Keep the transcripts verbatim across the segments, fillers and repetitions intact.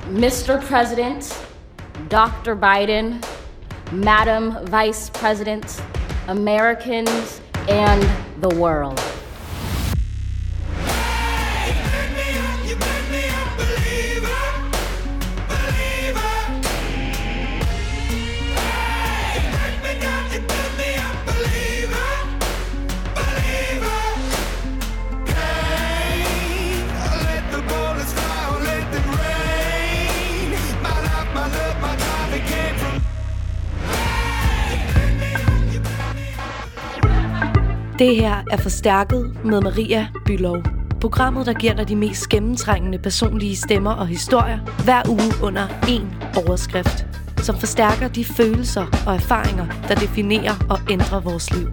Mister President, Doctor Biden, Madam Vice President, Americans, and the world. Det her er Forstærket med Maria Bülow. Programmet, der giver dig de mest gennemtrængende personlige stemmer og historier hver uge under én overskrift, som forstærker de følelser og erfaringer, der definerer og ændrer vores liv.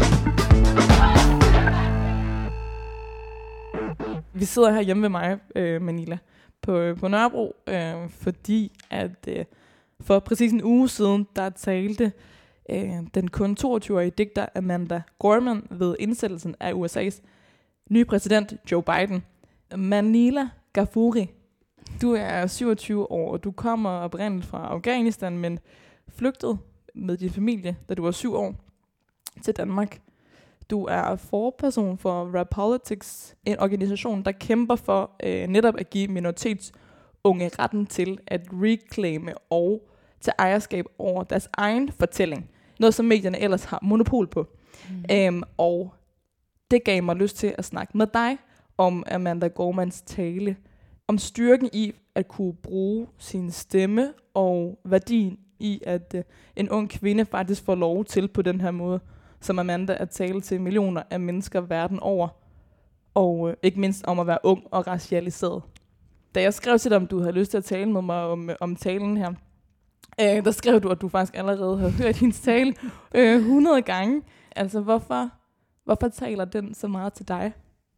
Vi sidder her hjemme ved mig, øh, Manila, på, på Nørrebro, øh, fordi at øh, for præcis en uge siden, der talte øh, den kun toogtyve-årige digter Amanda Gorman ved indsættelsen af U S A's nye præsident Joe Biden. Manila Ghafouri, du er syvogtyve år, og du kommer oprindeligt fra Afghanistan, men flygtede med din familie, da du var syv år, til Danmark. Du er forperson for Rap Politics, en organisation, der kæmper for øh, netop at give minoritetsunge retten til at reclaime og til ejerskab over deres egen fortælling. Noget, som medierne ellers har monopol på. Mm. Øhm, og det gav mig lyst til at snakke med dig om Amanda Gormans tale. Om styrken i at kunne bruge sin stemme og værdien i, at øh, en ung kvinde faktisk får lov til på den her måde, som Amanda at tale til millioner af mennesker verden over. Og øh, ikke mindst om at være ung og racialiseret. Da jeg skrev til dig, om du havde lyst til at tale med mig om, om talen her, øh, der skrev du, at du faktisk allerede havde hørt hendes tale øh, hundrede gange. Altså, hvorfor, hvorfor taler den så meget til dig?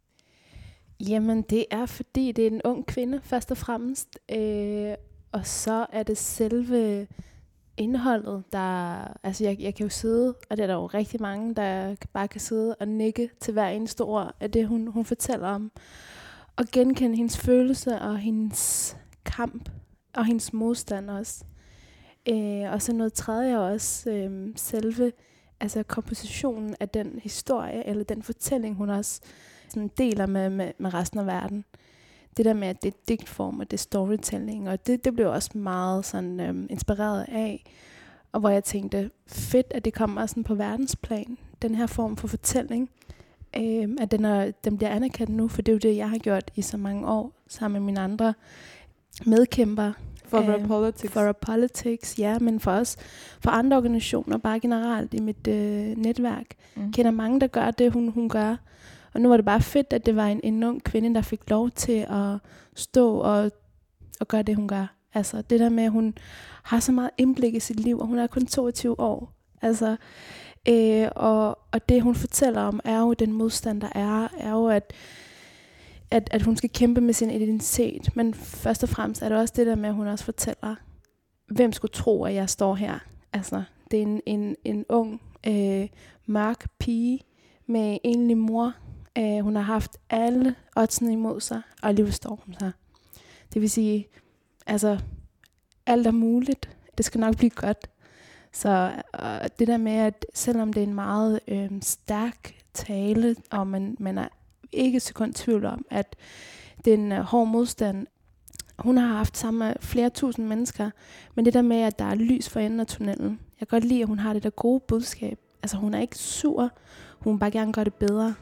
Jamen, det er fordi, det er en ung kvinde, først og fremmest. Øh, og så er det selve indholdet, der... Altså, jeg, jeg kan jo sidde, og det er der jo rigtig mange, der bare kan sidde og nikke til hver eneste ord af det, hun, hun fortæller om. Og genkende hendes følelser og hendes kamp og hendes modstand også. Øh, og så noget tredje også, øh, selve altså kompositionen af den historie, eller den fortælling, hun også sådan deler med, med, med resten af verden. Det der med, at det er digtform, og det er storytelling, og det, det blev også meget sådan, øh, inspireret af. Og hvor jeg tænkte, fedt, at det kommer sådan på verdensplan, den her form for fortælling. Øh, at den, er, den bliver anerkendt nu, for det er jo det, jeg har gjort i så mange år, sammen med mine andre medkæmper. For Rap Politics. For Rap Politics, ja, men for os, for andre organisationer, bare generelt i mit øh, netværk, mm. kender mange, der gør det, hun, hun gør. Og nu var det bare fedt, at det var en, en ung kvinde, der fik lov til at stå og, og gøre det, hun gør. Altså det der med, at hun har så meget indblik i sit liv, og hun er kun toogtyve år. Altså, øh, og, og det, hun fortæller om, er jo den modstand, der er, er jo, at At, at hun skal kæmpe med sin identitet. Men først og fremmest er det også det der med, at hun også fortæller, hvem skulle tro, at jeg står her. Altså, det er en, en, en ung, øh, mørk pige med enlig mor. Øh, hun har haft alle oddsene imod sig, og alligevel står hun her. Det vil sige, altså, alt er muligt. Det skal nok blive godt. Så øh, det der med, at selvom det er en meget øh, stærk tale, og man, man er ikke sekund tvivl om, at det er en uh, hård modstand. Hun har haft sammen med flere tusind mennesker, men det der med, at der er lys for enden af tunnelen. Jeg kan godt lide, at hun har det der gode budskab. Altså, hun er ikke sur. Hun vil bare gerne gøre det bedre.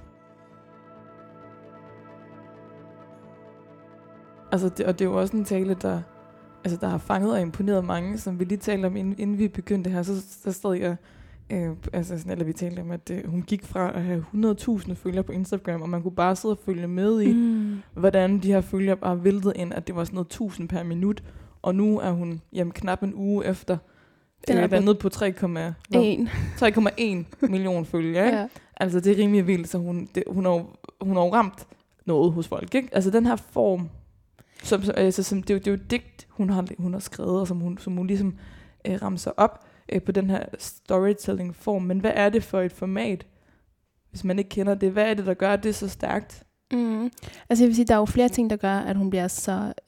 Altså, det, og det er jo også en tale, der, altså, der har fanget og imponeret mange, som vi lige talte om, inden, inden vi begyndte her, så, så stod jeg... Øh, altså sådan, eller vi talte om, at øh, hun gik fra at have hundrede tusind følgere på Instagram, og man kunne bare sidde og følge med i, mm. hvordan de her følgere bare væltede ind, at det var sådan noget tusind per minut, og nu er hun jamen, knap en uge efter, den er øh, nede på tre komma en million følgere. Ja. Altså det er rimelig vildt, så hun, det, hun, har jo, hun har jo ramt noget hos folk. Ikke? Altså den her form, som, altså, som, det, er jo, det er jo digt, hun har, hun har skrevet, og som hun, som hun ligesom øh, ramser op, på den her storytelling-form. Men hvad er det for et format, hvis man ikke kender det? Hvad er det, der gør det så stærkt? Mm. Altså jeg vil sige, der er jo flere ting, der gør, at hun bliver så øh,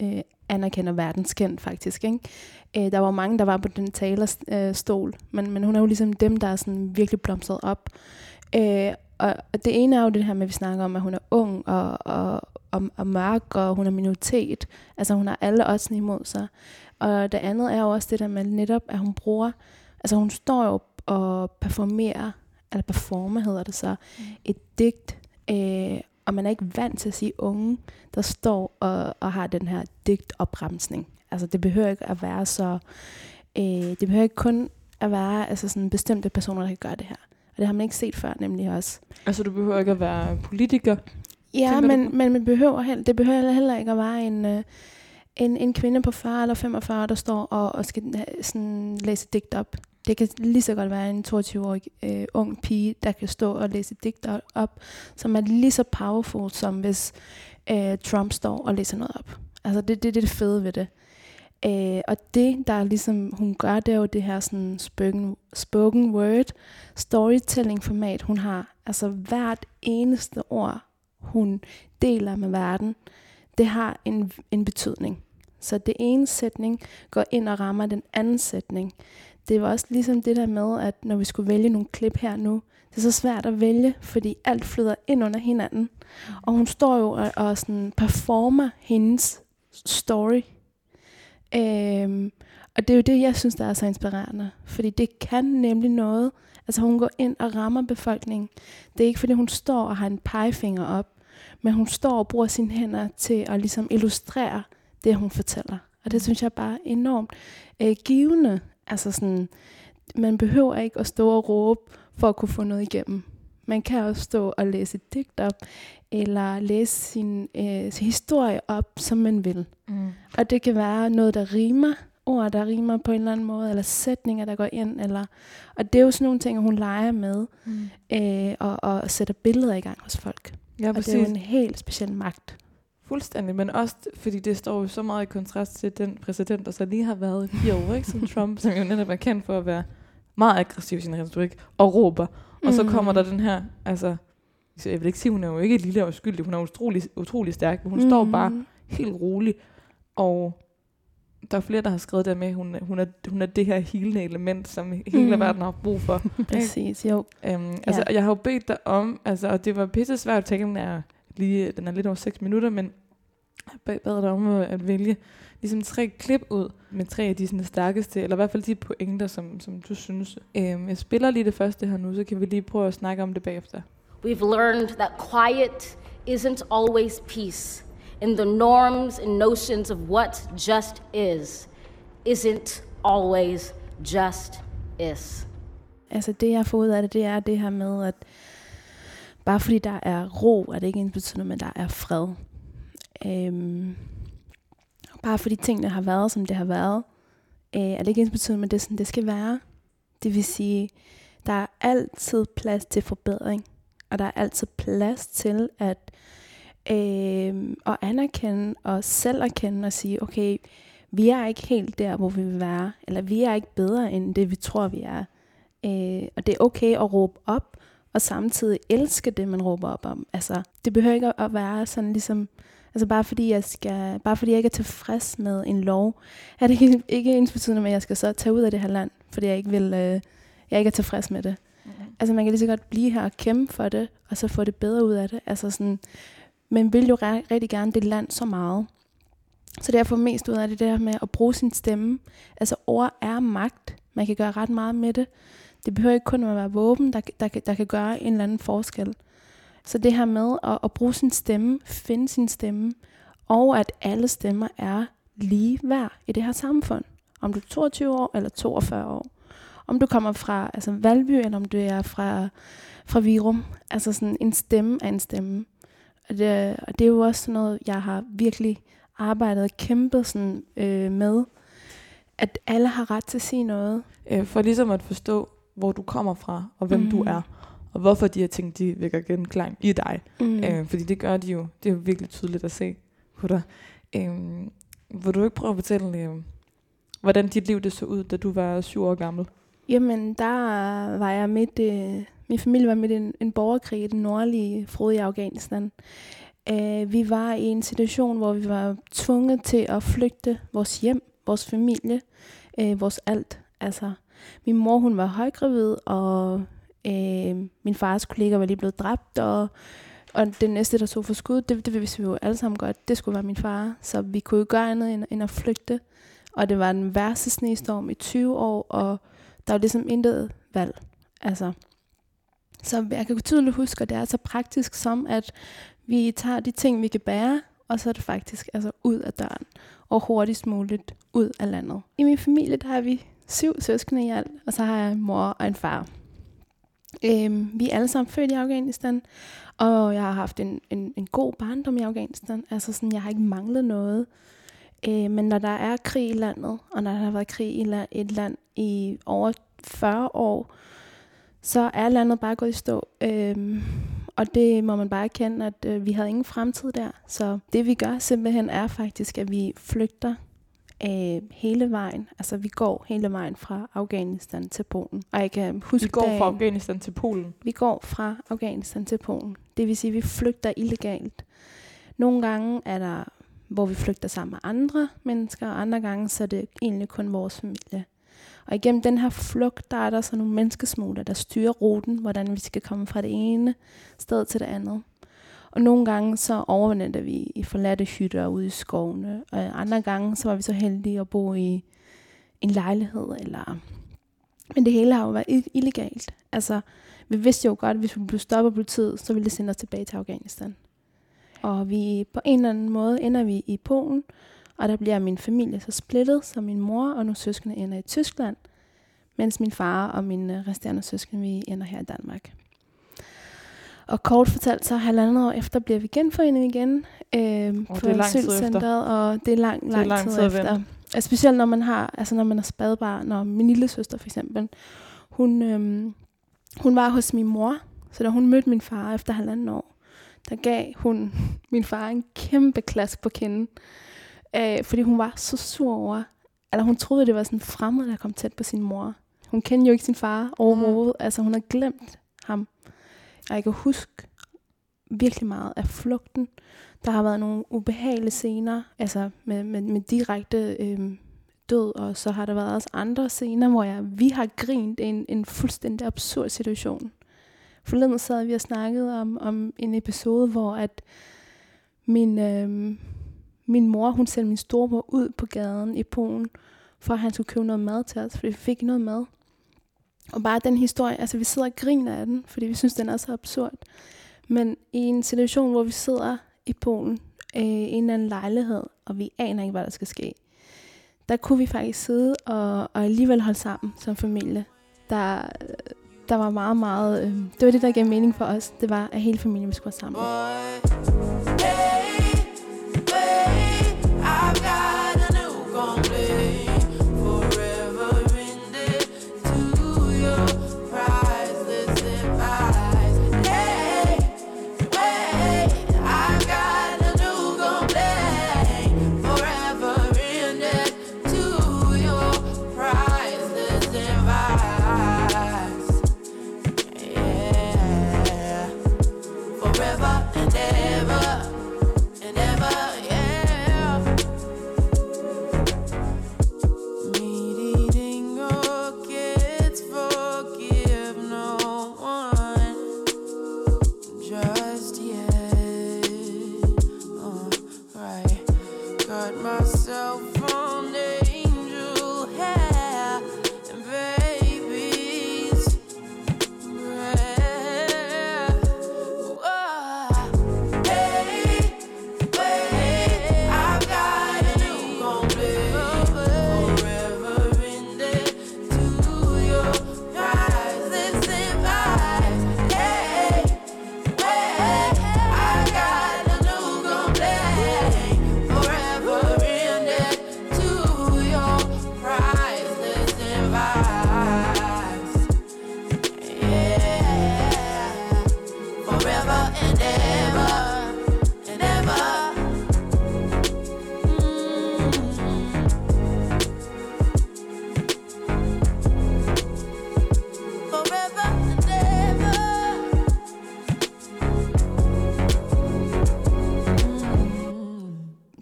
anerkendt og verdenskendt faktisk. Ikke? Øh, der var mange, der var på den talerstol, men, men hun er jo ligesom dem, der er sådan virkelig blomstret op. Øh, og, og det ene er jo det her med, at vi snakker om, at hun er ung og, og, og, og mørk, og hun er minoritet. Altså hun har alle oddsene imod sig. Og det andet er jo også det der med netop, at hun bruger, altså hun står jo og performerer, eller performer hedder det så, mm. et digt, øh, og man er ikke vant til at sige unge, der står og, og har den her digtopremsning. Altså det behøver ikke at være så, øh, det behøver ikke kun at være altså sådan bestemte personer, der kan gøre det her. Og det har man ikke set før, nemlig også. Altså du behøver ikke at være politiker? Ja, men, men man behøver heller, det behøver heller ikke at være en, øh, en, en kvinde på fyrre eller femogfyrre, der står og, og skal sådan, læse digt op. Det kan lige så godt være en toogtyve-årig øh, ung pige, der kan stå og læse digt op, som er lige så powerful, som hvis øh, Trump står og læser noget op. Altså det, det, det er det fede ved det. Øh, og det, der ligesom hun gør, det er jo det her sådan spoken, spoken word storytelling format, hun har. Altså hvert eneste ord, hun deler med verden, det har en, en betydning. Så det ene sætning går ind og rammer den anden sætning. Det var også ligesom det der med, at når vi skulle vælge nogle klip her nu, det er så svært at vælge, fordi alt flyder ind under hinanden. Og hun står jo og, og sådan performer hendes story. Øhm, og det er jo det, jeg synes, der er så inspirerende. Fordi det kan nemlig noget. Altså hun går ind og rammer befolkningen. Det er ikke fordi hun står og har en pegefinger op, men hun står og bruger sine hænder til at ligesom illustrere det, hun fortæller. Og det synes jeg bare er enormt øh, givende. Altså sådan, man behøver ikke at stå og råbe for at kunne få noget igennem. Man kan også stå og læse et digt op, eller læse sin, øh, sin historie op, som man vil. Mm. Og det kan være noget, der rimer, ord, der rimer på en eller anden måde, eller sætninger, der går ind. Eller, og det er jo sådan nogle ting, hun leger med, mm. øh, og, og sætter billeder i gang hos folk. Ja, og det er jo en helt speciel magt. Fuldstændig, men også fordi det står jo så meget i kontrast til den præsident, der så lige har været i fire år, ikke? Som Trump, som jo netop er kendt for at være meget aggressiv i sin retorik, og råber. Og mm. så kommer der den her, altså, jeg vil ikke sige, hun er jo ikke lille og uskyldig, hun er utrolig, utrolig stærk, men hun mm. står bare helt rolig, og der er flere, der har skrevet der med, hun, hun, er, hun er det her helende element, som hele mm. verden har brug for. Præcis, jo. Øhm, altså, ja. Jeg har jo bedt dig om, altså, og det var pisse svært at tænke, den er, lige, den er lidt over seks minutter, men jeg bad dig om at vælge ligesom tre klip ud med tre af de sådan, stærkeste, eller i hvert fald de pointer, som, som du synes. Øhm, jeg spiller lige det første her nu, så kan vi lige prøve at snakke om det bagefter. We've learned that quiet isn't always peace, and the norms and notions of what just is isn't always just is. Altså det, jeg får ud af det, det er det her med, at bare fordi der er ro, er det ikke ensbetydende, men der er fred. Øhm, bare fordi tingene har været, som det har været, øh, er det ikke ensbetydende, men det er sådan, det skal være. Det vil sige, der er altid plads til forbedring, og der er altid plads til at, øh, at anerkende og selv erkende og sige, okay, vi er ikke helt der, hvor vi vil være, eller vi er ikke bedre end det, vi tror, vi er. Øh, og det er okay at råbe op, og samtidig elske det, man råber op om. Altså, det behøver ikke at være sådan ligesom, altså bare fordi jeg skal, bare fordi jeg ikke er tilfreds med en lov, er det ikke, ikke ensbetydende med, at jeg skal så tage ud af det her land, fordi jeg ikke vil, øh, jeg ikke er tilfreds med det. Mm-hmm. Altså man kan lige så godt blive her og kæmpe for det, og så få det bedre ud af det. Altså sådan, man vil jo re- rigtig gerne det land så meget. Så derfor mest ud af det der med at bruge sin stemme. Altså ord er magt. Man kan gøre ret meget med det. Det behøver ikke kun at være våben, der, der, der kan gøre en eller anden forskel. Så det her med at, at bruge sin stemme, finde sin stemme, og at alle stemmer er lige værd i det her samfund. Om du er toogtyve år eller toogfyrre år. Om du kommer fra altså Valby, eller om du er fra, fra Virum. Altså sådan en stemme er en stemme. Og det, og det er jo også sådan noget, jeg har virkelig arbejdet og kæmpet sådan, øh, med. At alle har ret til at sige noget. Øh, for ligesom at forstå, hvor du kommer fra, og hvem mm. du er. Og hvorfor de her ting, de vækker genklang i dig. Mm. Øh, fordi det gør de jo. Det er jo virkelig tydeligt at se på dig. Øh, vil du ikke prøve at fortælle, øh, hvordan dit liv det så ud, da du var syv år gammel? Jamen, der var jeg midt... Øh, min familie var midt i en, en borgerkrig i den nordlige, frodige Afghanistan. Øh, vi var i en situation, hvor vi var tvunget til at flygte vores hjem, vores familie, øh, vores alt. Altså, min mor, hun var højgravid, og øh, min fars kollega var lige blevet dræbt, og, og det næste, der tog for skud, det, det vidste vi jo alle sammen godt, det skulle være min far. Så vi kunne jo gøre andet end, end at flygte. Og det var den værste snestorm i tyve år, og der var ligesom intet valg. Altså, så jeg kan tydeligt huske, at det er så praktisk som, at vi tager de ting, vi kan bære, og så er det faktisk altså, ud af døren, og hurtigst muligt ud af landet. I min familie, der har vi syv søskende i alt, og så har jeg en mor og en far. Øhm, vi er alle sammen født i Afghanistan, og jeg har haft en, en, en god barndom i Afghanistan. Altså sådan, jeg har ikke manglet noget. Øh, men når der er krig i landet, og når der har været krig i la- et land i over fyrre år, så er landet bare gået i stå. Øhm, og det må man bare erkende, at øh, vi havde ingen fremtid der. Så det vi gør simpelthen er faktisk, at vi flygter øh, hele vejen. Altså vi går hele vejen fra Afghanistan til Polen. Og jeg kan huske vi går dagen, fra Afghanistan til Polen? Vi går fra Afghanistan til Polen. Det vil sige, at vi flygter illegalt. Nogle gange er der, hvor vi flygter sammen med andre mennesker, og andre gange så er det egentlig kun vores familie. Og igennem den her flugt, der er der så nogle menneskesmugler, der styrer ruten, hvordan vi skal komme fra det ene sted til det andet. Og nogle gange så overnatter vi i forladte hytter ude i skovene, og andre gange så var vi så heldige at bo i en lejlighed. Eller Men det hele har jo været illegalt. Altså, vi vidste jo godt, at hvis vi blev stoppet af politiet, så ville det sende os tilbage til Afghanistan. Og vi på en eller anden måde ender vi i Polen, og der bliver min familie så splittet, så min mor og nogle søskende ender i Tyskland, mens min far og mine resterende søskende, vi ender her i Danmark. Og kort fortalt, så halvandet år efter bliver vi genforenet igen øh, oh, på asylcentret, og det er lang, lang, lang tid, tid efter. Altså, specielt når man har, altså når man er spædbarn, og min lille søster for eksempel, hun, øh, hun var hos min mor, så da hun mødte min far efter halvandet år, der gav hun min far en kæmpe klask på kinden, øh, fordi hun var så sur over, eller hun troede, det var sådan en fremmed, der kom tæt på sin mor. Hun kendte jo ikke sin far overhovedet, mm. altså hun havde glemt ham. Og jeg kan huske virkelig meget af flugten. Der har været nogle ubehagelige scener, altså med, med, med direkte øh, død, og så har der været også andre scener, hvor jeg, vi har grint en, en fuldstændig absurd situation. Forleden sad vi og snakkede om, om en episode, hvor at min, øh, min mor, hun sendte min storebror ud på gaden i Polen, for at han skulle købe noget mad til os, fordi vi fik noget mad. Og bare den historie, altså vi sidder og griner af den, fordi vi synes, den er så absurd. Men i en situation, hvor vi sidder i Polen, øh, i en eller anden lejlighed, og vi aner ikke, hvad der skal ske, der kunne vi faktisk sidde og, og alligevel holde sammen som familie. Der, der var meget, meget... Øh, det var det, der gav mening for os. Det var, at hele familien vi skulle være sammen.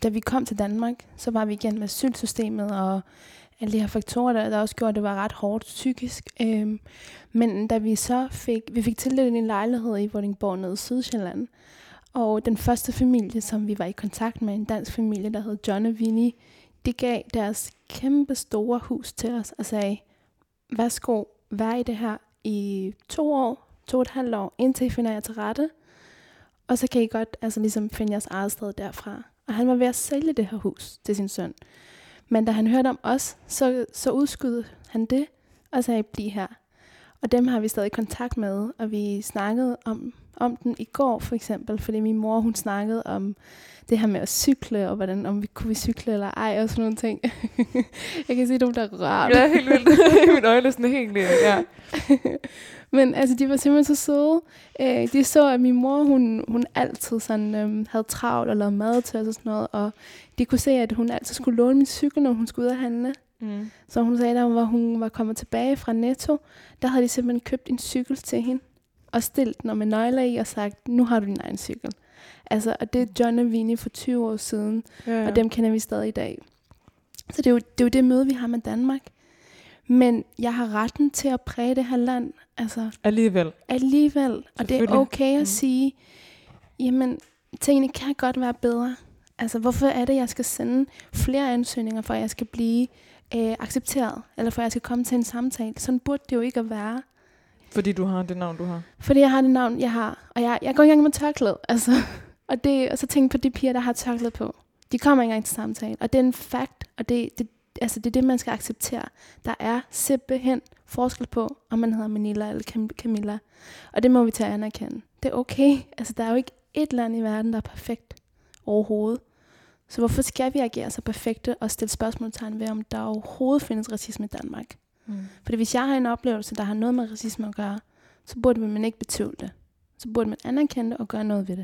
da vi kom til Danmark, så var vi igen med asylsystemet og alle de her faktorer, der, der også gjorde, at det var ret hårdt psykisk. Øhm, men da vi så fik, vi fik tildelt en lejlighed i Vordingborg nede i Sydsjælland, og den første familie, som vi var i kontakt med, en dansk familie, der hed John og Vinnie, de gav deres kæmpe store hus til os og sagde, værsgo, vær i det her i to år, to og et halvt år, indtil I finder jer til rette, og så kan I godt altså, ligesom finde jeres eget sted derfra. Og han var ved at sælge det her hus til sin søn. Men da han hørte om os, så, så udskydede han det, og sagde, bliv her. Og dem har vi stadig kontakt med, og vi snakkede om, om den i går for eksempel, fordi min mor, hun snakkede om det her med at cykle, og hvordan, om vi kunne vi cykle eller ej, og sådan nogle ting. Jeg kan sige, at der er rart. Ja, helt vildt. Mit øjne er sådan helt vildt, ja. Men altså, de var simpelthen så søde. Øh, de så, at min mor, hun, hun altid sådan, øhm, havde travlt og lavede mad til os og sådan noget, og de kunne se, at hun altid skulle låne min cykel, når hun skulle ud og handle. Mm. Så hun sagde, at hun var kommet tilbage fra Netto, der havde de simpelthen købt en cykel til hende, og stillet den med nøgler i og sagt, nu har du din egen cykel. Altså, og det er John og Vinnie for tyve år siden, ja, ja. Og dem kender vi stadig i dag. Så det er, jo, det er jo det møde, vi har med Danmark. Men jeg har retten til at præge det her land. Altså, alligevel. Alligevel. Og det er okay at mm. sige, jamen, tingene kan godt være bedre. Altså, hvorfor er det, jeg skal sende flere ansøgninger, for at jeg skal blive øh, accepteret, eller for at jeg skal komme til en samtale? Sådan burde det jo ikke at være. Fordi du har det navn, du har? Fordi jeg har det navn, jeg har. Og jeg, jeg går ikke engang med tørklæde. Altså. Og, det, og så tænk på de piger, der har tørklæde på. De kommer ikke engang til samtale. Og det er en fact, og det, det, altså det er det, man skal acceptere. Der er simpelthen forskel på, om man hedder Manila eller Cam- Camilla. Og det må vi tage at anerkende. Det er okay. Altså, der er jo ikke et land i verden, der er perfekt overhovedet. Så hvorfor skal vi agere så perfekte og stille spørgsmålstegn ved, om der overhovedet findes racisme i Danmark? Mm. Fordi hvis jeg har en oplevelse, der har noget med racisme at gøre, så burde man ikke betvivle det. Så burde man anerkende det og gøre noget ved det.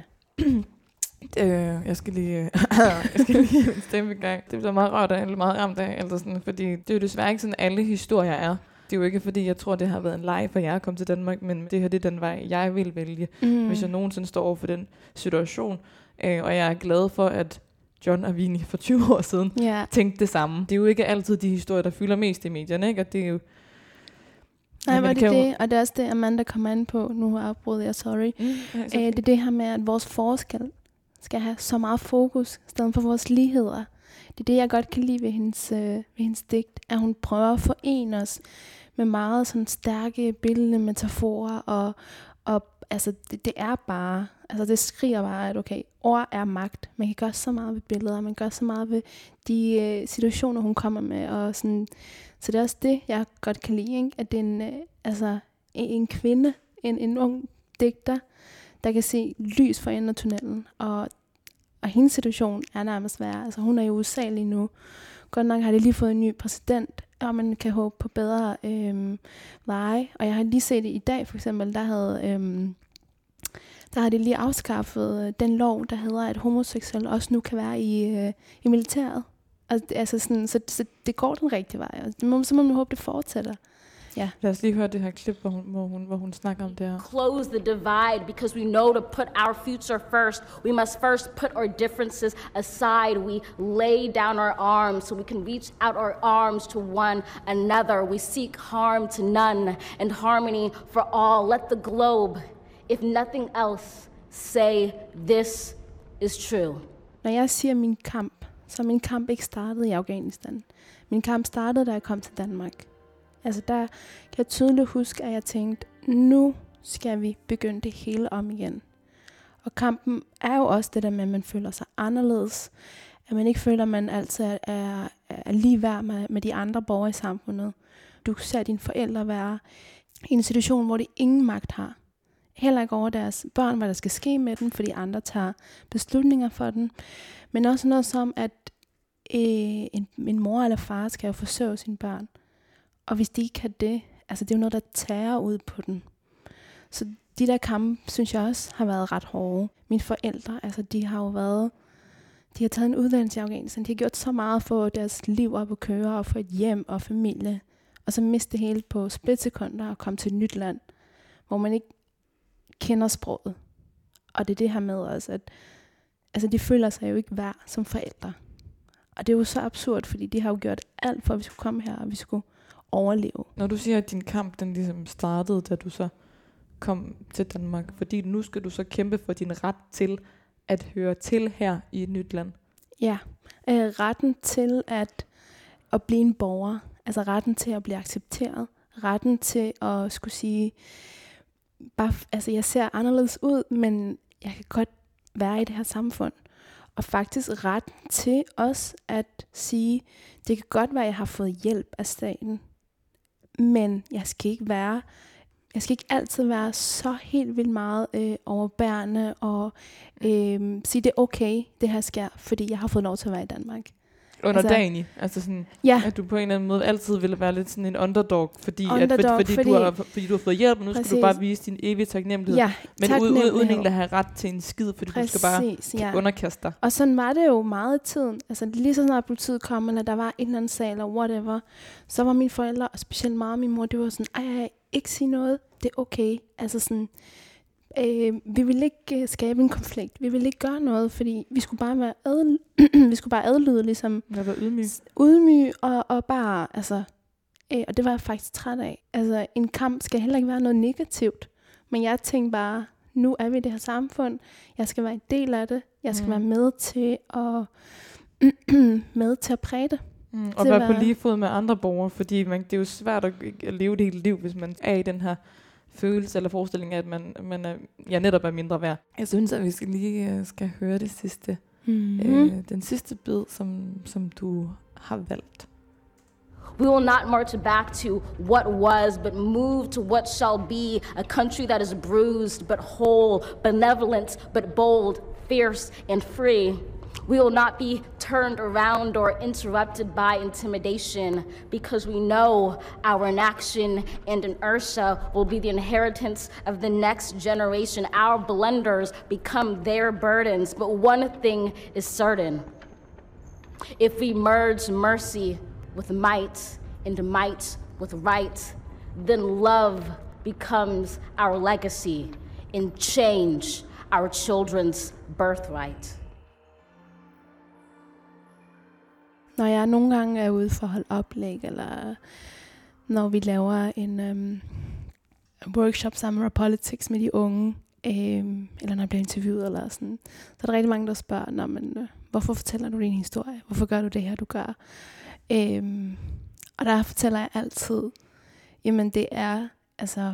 øh, jeg skal lige jeg skal lige stemme i gang. Det bliver meget rørt af, eller meget ramt af, altså sådan, fordi det er jo desværre ikke sådan, alle historier er. Det er jo ikke fordi, jeg tror, det har været en leg for jer at komme til Danmark, men det her det er den vej, jeg vil vælge, mm. hvis jeg nogensinde står over for den situation. Øh, og jeg er glad for, at John og Vinnie for tyve år siden yeah. tænkte det samme. Det er jo ikke altid de historier, der fylder mest i medierne, ikke? Og det er jo... Nej, var det det, jo... og det er også det, Amanda kommer ind på. Nu har jeg afbrudt jer, sorry. Mm, okay. Æ, det er det her med, at vores forskel skal have så meget fokus, i stedet for vores ligheder. Det er det, jeg godt kan lide ved hendes, øh, ved hendes digt, at hun prøver at forene os med meget sådan stærke billede, metaforer, og, og altså, det, det er bare, altså det skriger bare, at okay, ord er magt. Man kan gøre så meget ved billeder, man kan gøre så meget ved de øh, situationer, hun kommer med, og sådan, så det er også det, jeg godt kan lide, ikke? At det er en, øh, altså, en, en kvinde, en, en ung digter, der kan se lys for enden af tunnelen, og, og hendes situation er nærmest værre. Altså hun er i U S A lige nu. Godt nok har de lige fået en ny præsident, og man kan håbe på bedre øhm, veje. Og jeg har lige set det i dag, for eksempel, der havde, øhm, der har de lige afskaffet den lov, der hedder, at homoseksuelle også nu kan være i, øh, i militæret. Altså, altså sådan, så, så det går den rigtige vej. Og det må, så må man håbe, det fortsætter. Ja. Lad os lige høre det her klip, hvor hun, hvor hun, hvor hun snakker om det her. Close the divide because we know to put our future first. We must first put our differences aside. We lay down our arms so we can reach out our arms to one another. We seek harm to none and harmony for all. Let the globe, if nothing else, say this is true. Når jeg siger min kamp, så min kamp ikke startede i Afghanistan. Min kamp startede, da jeg kom til Danmark. Altså der kan jeg tydeligt huske, at jeg tænkte, nu skal vi begynde det hele om igen. Og kampen er jo også det der med, at man føler sig anderledes. At man ikke føler, at man altid er, er, er lige værd med, med de andre borgere i samfundet. Du ser dine forældre være i en situation, hvor de ingen magt har. Heller ikke over deres børn, hvad der skal ske med dem, fordi andre tager beslutninger for dem. Men også noget som, at øh, en, en mor eller far skal jo forsørge sine børn. Og hvis de ikke kan det, altså det er jo noget, der tager ud på den. Så de der kampe, synes jeg også, har været ret hårde. Mine forældre, altså de har jo været, de har taget en uddannelse i Afghanistan. De har gjort så meget for deres liv op at køre, og for et hjem og familie. Og så miste det hele på splitsekunder og komme til et nyt land, hvor man ikke kender sproget. Og det er det her med også, at altså de føler sig jo ikke værd som forældre. Og det er jo så absurd, fordi de har jo gjort alt for, at vi skulle komme her, og vi skulle overleve. Når du siger, at din kamp den ligesom startede, da du så kom til Danmark, fordi nu skal du så kæmpe for din ret til at høre til her i et nyt land. Ja, øh, retten til at, at blive en borger, altså retten til at blive accepteret, retten til at skulle sige, bare, altså jeg ser anderledes ud, men jeg kan godt være i det her samfund. Og faktisk retten til os at sige, det kan godt være, at jeg har fået hjælp af staten, men jeg skal ikke være, jeg skal ikke altid være så helt vildt meget øh, overbærende og øh, sige, det er okay, det her sker, fordi jeg har fået lov til at være i Danmark. Under altså, dagen i? Altså sådan, ja. At du på en eller anden måde altid ville være lidt sådan en underdog, fordi, underdog, at, fordi, fordi, fordi, du har, fordi du har fået hjælp, og nu præcis. Skal du bare vise din evige taknemmelighed. Ja, men uden, uden egentlig at have ret til en skid, fordi præcis, du skal bare ja. underkaste dig. Og sådan var det jo meget i tiden. Altså lige så snart politiet kom, eller der var en eller anden sag, eller whatever, så var mine forældre, og specielt meget min mor, det var sådan, ej, ej, ikke sige noget, det er okay. Altså sådan, øh, vi ville ikke uh, skabe en konflikt. Vi ville ikke gøre noget, fordi vi skulle bare være adl- vi skulle bare adlyde, ligesom jeg var ydmyg. Ydmyg og, og bare, altså, øh, og det var jeg faktisk træt af. Altså, en kamp skal heller ikke være noget negativt. Men jeg tænkte bare, nu er vi i det her samfund. Jeg skal være en del af det. Jeg skal mm. være med til at med til at præge det. Mm, og være på lige fod med andre borgere, fordi man, det er jo svært at, at leve det hele liv, hvis man er i den her følelse eller forestilling af, at man, man er, ja, netop er mindre værd. Jeg synes, at vi skal lige uh, skal høre det sidste. Mm-hmm. Øh, den sidste bid, som, som du har valgt. We will not march back to what was, but move to what shall be, a country that is bruised, but whole, benevolent, but bold, fierce, and free. We will not be turned around or interrupted by intimidation, because we know our inaction and inertia will be the inheritance of the next generation. Our blunders become their burdens, but one thing is certain. If we merge mercy with might and might with right, then love becomes our legacy and change our children's birthright. Når jeg nogle gange er ude for at holde oplæg, eller når vi laver en um, workshop sammen med Politics med de unge, um, eller når jeg bliver interviewet, eller sådan, så er der rigtig mange, der spørger, Nå, men, uh, hvorfor fortæller du din historie? Hvorfor gør du det her, du gør? Um, og der fortæller jeg altid, jamen det er, altså,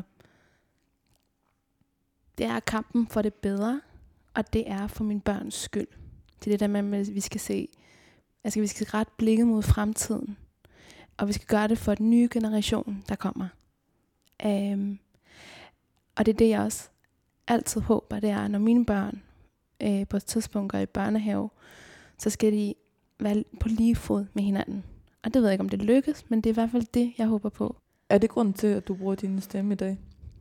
det er kampen for det bedre, og det er for min børns skyld. Det er det der med, at vi skal se, altså vi skal rette blikket mod fremtiden. Og vi skal gøre det for den nye generation, der kommer. Um, og det er det, jeg også altid håber, det er, når mine børn øh, på et tidspunkt går i børnehave, så skal de være på lige fod med hinanden. Og det ved jeg ikke, om det lykkes, men det er i hvert fald det, jeg håber på. Er det grunden til, at du bruger din stemme i dag?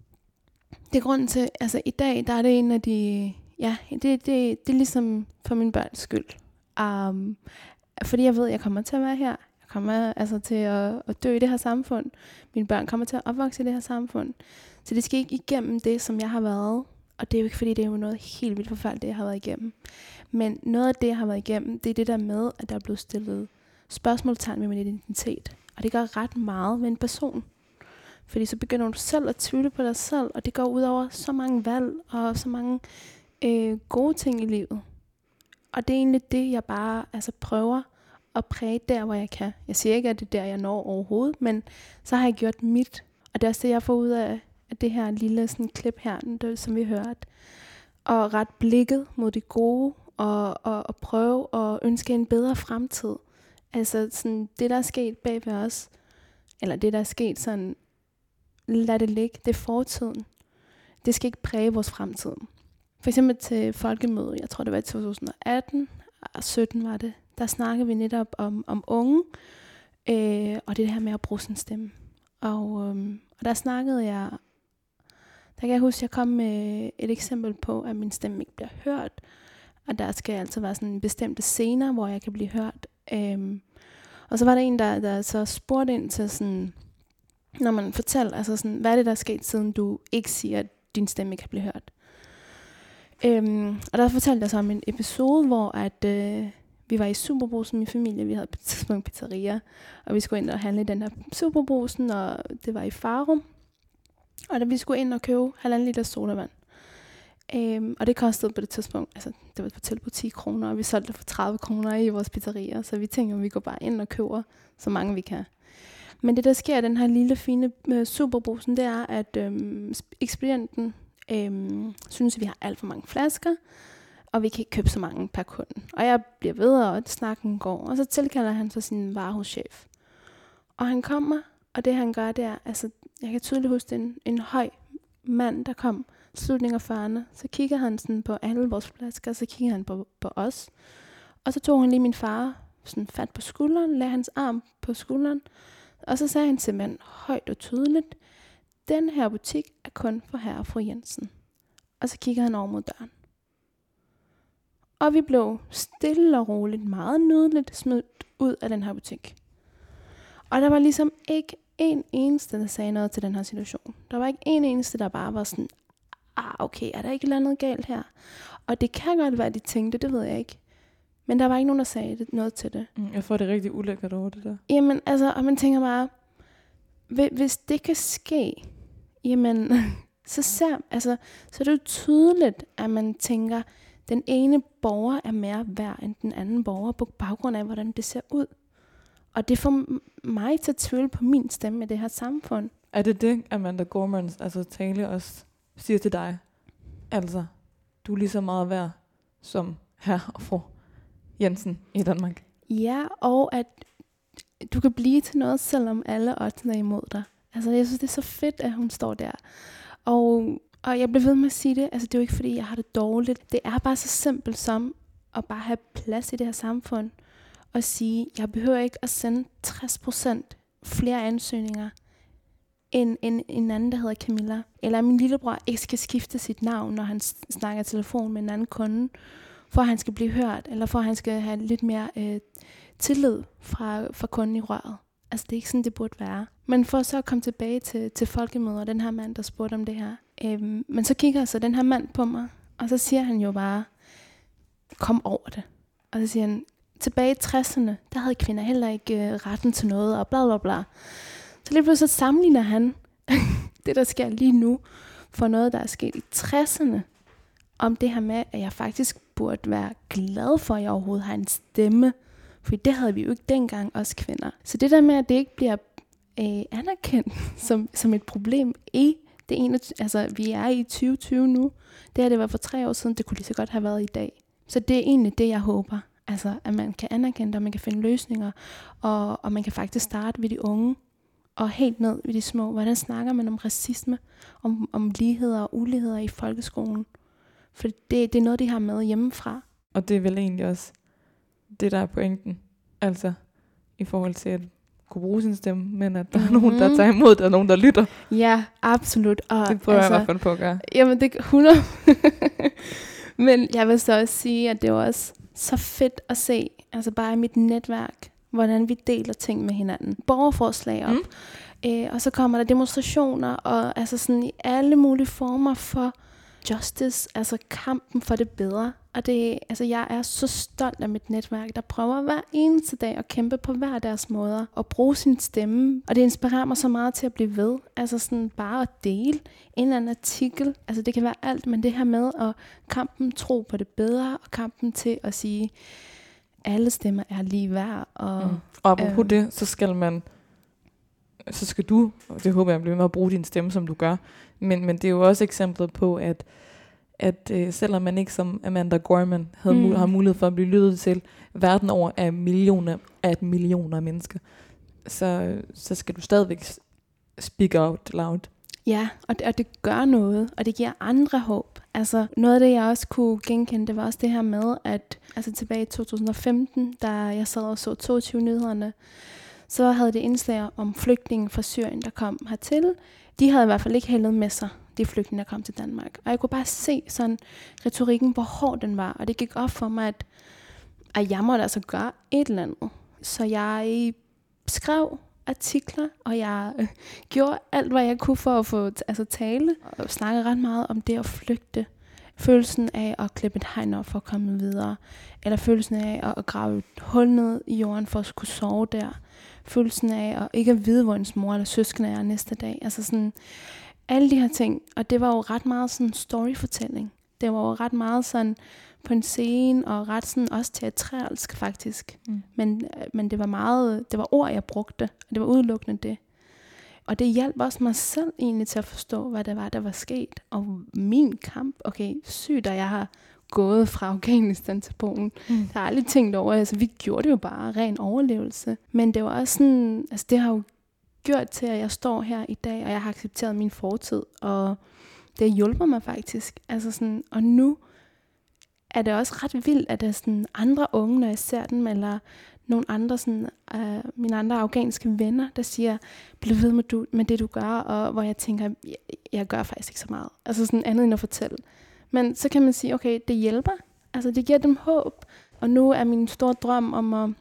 Det er grunden til, altså i dag, der er det en af de, ja, det, det, det er ligesom for min børns skyld. Um, fordi jeg ved, at jeg kommer til at være her. Jeg kommer altså til at, at dø i det her samfund. Mine børn kommer til at opvokse i det her samfund. Så det skal ikke igennem det, som jeg har været. Og det er jo ikke, fordi det er jo noget helt vildt forfærdeligt, det jeg har været igennem. Men noget af det, jeg har været igennem, det er det der med, at der er blevet stillet spørgsmålstegn med min identitet. Og det gør ret meget med en person. Fordi så begynder du selv at tvivle på dig selv, og det går ud over så mange valg og så mange øh, gode ting i livet. Og det er egentlig det, jeg bare altså, prøver at præge der, hvor jeg kan. Jeg siger ikke, at det er der, jeg når overhovedet, men så har jeg gjort mit. Og det er også det, jeg får ud af, af det her lille sådan, klip her, det, som vi hørte. Og ret blikket mod det gode, og, og, og prøve at ønske en bedre fremtid. Altså sådan, det, der er sket bag ved os, eller det, der er sket sådan, lad det ligge, det er fortiden. Det skal ikke præge vores fremtid. For eksempel til folkemødet, jeg tror det var i to tusind atten og sytten var det, der snakkede vi netop om, om unge, øh, og det her med at bruge sin stemme. Og, øhm, og der snakkede jeg, der kan jeg huske, at jeg kom med et eksempel på, at min stemme ikke bliver hørt, og der skal altså være sådan bestemte scener, hvor jeg kan blive hørt. Øhm, og så var der en, der, der så spurgte ind til sådan, når man fortæller, altså sådan, hvad er det, der er sket, siden du ikke siger, at din stemme ikke kan blive hørt? Øhm, og der fortalte jeg så om en episode, hvor at, øh, vi var i Superbrugsen, min familie. Vi havde på et tidspunkt pizzeria, og vi skulle ind og handle i den her Superbrugsen, og det var i Farum. Og da vi skulle ind og købe halvanden liter sodavand, øhm, og det kostede på det tidspunkt, altså det var på tilbud ti kroner, og vi solgte det for tredive kroner i vores pizzeria, så vi tænkte, at vi går bare ind og køber så mange vi kan. Men det der sker i den her lille fine øh, Superbrugsen, det er, at øhm, ekspedienten øhm, synes, at vi har alt for mange flasker, og vi kan ikke købe så mange per kunde. Og jeg bliver ved, og snakken går, og så tilkalder han så sin varehuschef. Og han kommer, og det han gør, det er, altså jeg kan tydeligt huske en, en høj mand, der kom slutningen af fyrrerne. Så kigger han sådan på alle vores flasker, så kigger han på, på os. Og så tog han lige min far sådan fat på skulderen, lagde hans arm på skulderen, og så sagde han simpelthen højt og tydeligt, den her butik er kun for herre og fru Jensen. Og så kigger han over mod døren. Og vi blev stille og roligt, meget nydeligt smidt ud af den her butik. Og der var ligesom ikke en eneste, der sagde noget til den her situation. Der var ikke en eneste, der bare var sådan, ah okay, er der ikke noget andet galt her? Og det kan godt være, de tænkte, det ved jeg ikke. Men der var ikke nogen, der sagde det, noget til det. Mm, jeg får det rigtig ulækkert over det der. Jamen, altså, og man tænker bare, hvis det kan ske, jamen, så, ser, altså, så er det jo tydeligt, at man tænker, den ene borger er mere værd end den anden borger, på baggrund af, hvordan det ser ud. Og det får mig til at tvivle på min stemme i det her samfund. Er det det, Amanda Gormans altså tale også siger til dig? Altså, du er lige så meget værd som herre og fru Jensen i Danmark. Ja, og at du kan blive til noget, selvom alle oddsene er imod dig. Altså, jeg synes, det er så fedt, at hun står der. Og, og jeg bliver ved med at sige det. Altså, det er jo ikke, fordi jeg har det dårligt. Det er bare så simpelt som at bare have plads i det her samfund. Og sige, jeg behøver ikke at sende tres procent flere ansøgninger, end en, en anden, der hedder Camilla. Eller min lillebror ikke skal skifte sit navn, når han snakker i telefon med en anden kunde, for at han skal blive hørt, eller for at han skal have lidt mere øh, tillid fra, fra kunden i røret. Altså, det er ikke sådan, det burde være. Men for så at komme tilbage til, til folkemøder, den her mand, der spurgte om det her. Øhm, men så kigger så den her mand på mig, og så siger han jo bare, kom over det. Og så siger han, tilbage i tresserne, der havde kvinder heller ikke øh, retten til noget, og bla bla bla. Så lige pludselig så sammenligner han det, der sker lige nu, for noget, der er sket i tresserne, om det her med, at jeg faktisk burde være glad for, at jeg overhovedet har en stemme. For det havde vi jo ikke dengang, os kvinder. Så det der med, at det ikke bliver øh, anerkendt som, som et problem i det ene, altså vi er i tyve tyve nu, det her det var for tre år siden, det kunne lige så godt have været i dag. Så det er egentlig det, jeg håber. Altså, at man kan anerkende det, og man kan finde løsninger, og, og man kan faktisk starte ved de unge, og helt ned ved de små. Hvordan snakker man om racisme, om, om ligheder og uligheder i folkeskolen? For det, det er noget, de har med hjemmefra. Og det er vel egentlig også det, der er pointen. Altså, i forhold til at kunne bruge sin stemme, men at der mm-hmm. er nogen, der tager imod, der er nogen, der lytter. Ja, absolut. Og det prøver altså, jeg i hvert fald på at gøre. Jamen, det er hundrede. Men jeg vil så også sige, at det var også så fedt at se, altså bare i mit netværk, hvordan vi deler ting med hinanden. Borgerforslag op. Mm. Øh, og så kommer der demonstrationer, og altså sådan i alle mulige former for justice, altså kampen for det bedre. Og det, altså jeg er så stolt af mit netværk, der prøver hver eneste dag at kæmpe på hver deres måder, og bruge sin stemme. Og det inspirerer mig så meget til at blive ved. Altså sådan bare at dele en eller anden artikel. Altså det kan være alt, men det her med at kampen tro på det bedre, og kampen til at sige, alle stemmer er lige værd. Og, mm. og apropos øh, det, så skal man, så skal du, og det håber jeg bliver med at bruge din stemme, som du gør. Men, men det er jo også eksemplet på, at at øh, selvom man ikke som Amanda Gorman havde mm. mul- har mulighed for at blive lyttet til verden over af millioner af millioner af mennesker, så, så skal du stadigvæk speak out loud. Ja, og det, og det gør noget, og det giver andre håb. Altså noget af det, jeg også kunne genkende, det var også det her med, at altså tilbage i to tusind og femten, da jeg sad og så toogtyve nyhederne, så havde det indslag om flygtninge fra Syrien, der kom hertil. De havde i hvert fald ikke hældet med sig, de flygtninge, der kom til Danmark. Og jeg kunne bare se sådan retorikken, hvor hård den var. Og det gik op for mig, at, at jeg måtte altså gøre et eller andet. Så jeg skrev artikler, og jeg øh, gjorde alt, hvad jeg kunne for at få altså, tale. Og snakkede ret meget om det at flygte. følelsen af at klippe et hegn op for at komme videre, eller følelsen af at, at grave et hul ned i jorden for at kunne sove der, følelsen af at ikke at vide, hvor ens mor eller søskende er næste dag. Altså sådan, alle de her ting, og det var jo ret meget sådan storyfortælling. Det var jo ret meget sådan på en scene, og ret sådan også teatralsk faktisk. Mm. Men, men det var meget, det var ord, jeg brugte, og det var udelukkende det. Og det hjalp også mig selv egentlig til at forstå, hvad det var, der var sket. Og min kamp, okay, sygt, at jeg har gået fra Afghanistan til Polen. Mm. Jeg har aldrig tænkt over, altså vi gjorde det jo bare ren overlevelse. Men det var også sådan, altså det har jo gjort til, at jeg står her i dag, og jeg har accepteret min fortid, og det hjælper mig faktisk. Altså sådan, og nu er det også ret vildt, at der er sådan andre unge, når jeg ser dem, eller nogle andre, sådan, øh, mine andre afghanske venner, der siger, bliv ved med, du, med det, du gør, og hvor jeg tænker, jeg, jeg gør faktisk ikke så meget. Altså sådan andet end at fortælle. Men så kan man sige, okay, det hjælper. Altså det giver dem håb. Og nu er min store drøm om at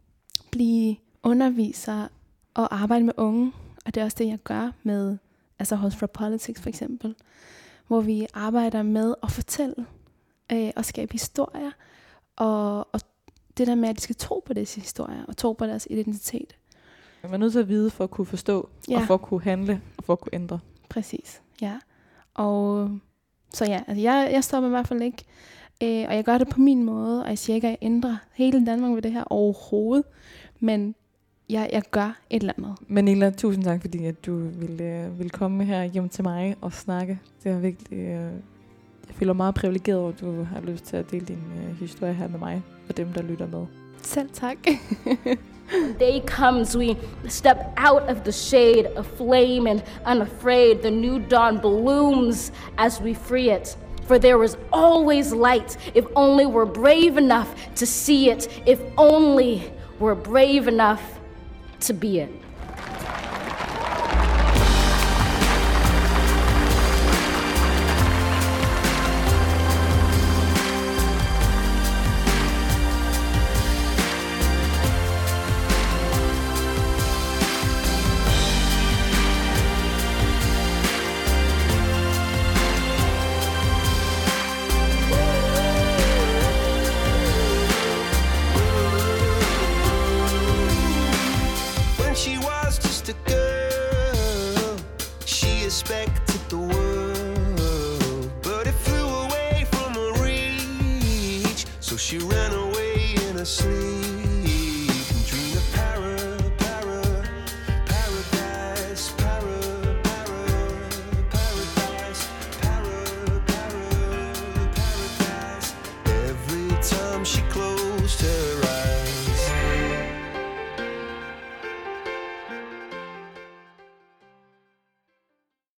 blive underviser og arbejde med unge, og det er også det, jeg gør med, altså hos Rap Politics for eksempel, hvor vi arbejder med at fortælle øh, og skabe historier, og, og det der med, at de skal tro på disse historier, og tro på deres identitet. Man er nødt til at vide for at kunne forstå, ja. Og for at kunne handle, og for at kunne ændre. Præcis, ja. Og så ja, altså jeg, jeg stopper i hvert fald ikke, øh, og jeg gør det på min måde, og jeg siger ikke, at jeg ændrer hele Danmark ved det her overhovedet, men jeg, jeg gør et eller andet. Manila, tusind tak, fordi at du ville, øh, ville komme her hjem til mig og snakke. Det er virkelig, øh, jeg føler meget privilegeret over, at du har lyst til at dele din øh, historie her med mig, og dem, der lytter med. Selv tak. When day comes, we step out of the shade of flame, and unafraid, the new dawn blooms as we free it. For there is always light, if only we're brave enough to see it, if only we're brave enough to be it. She closed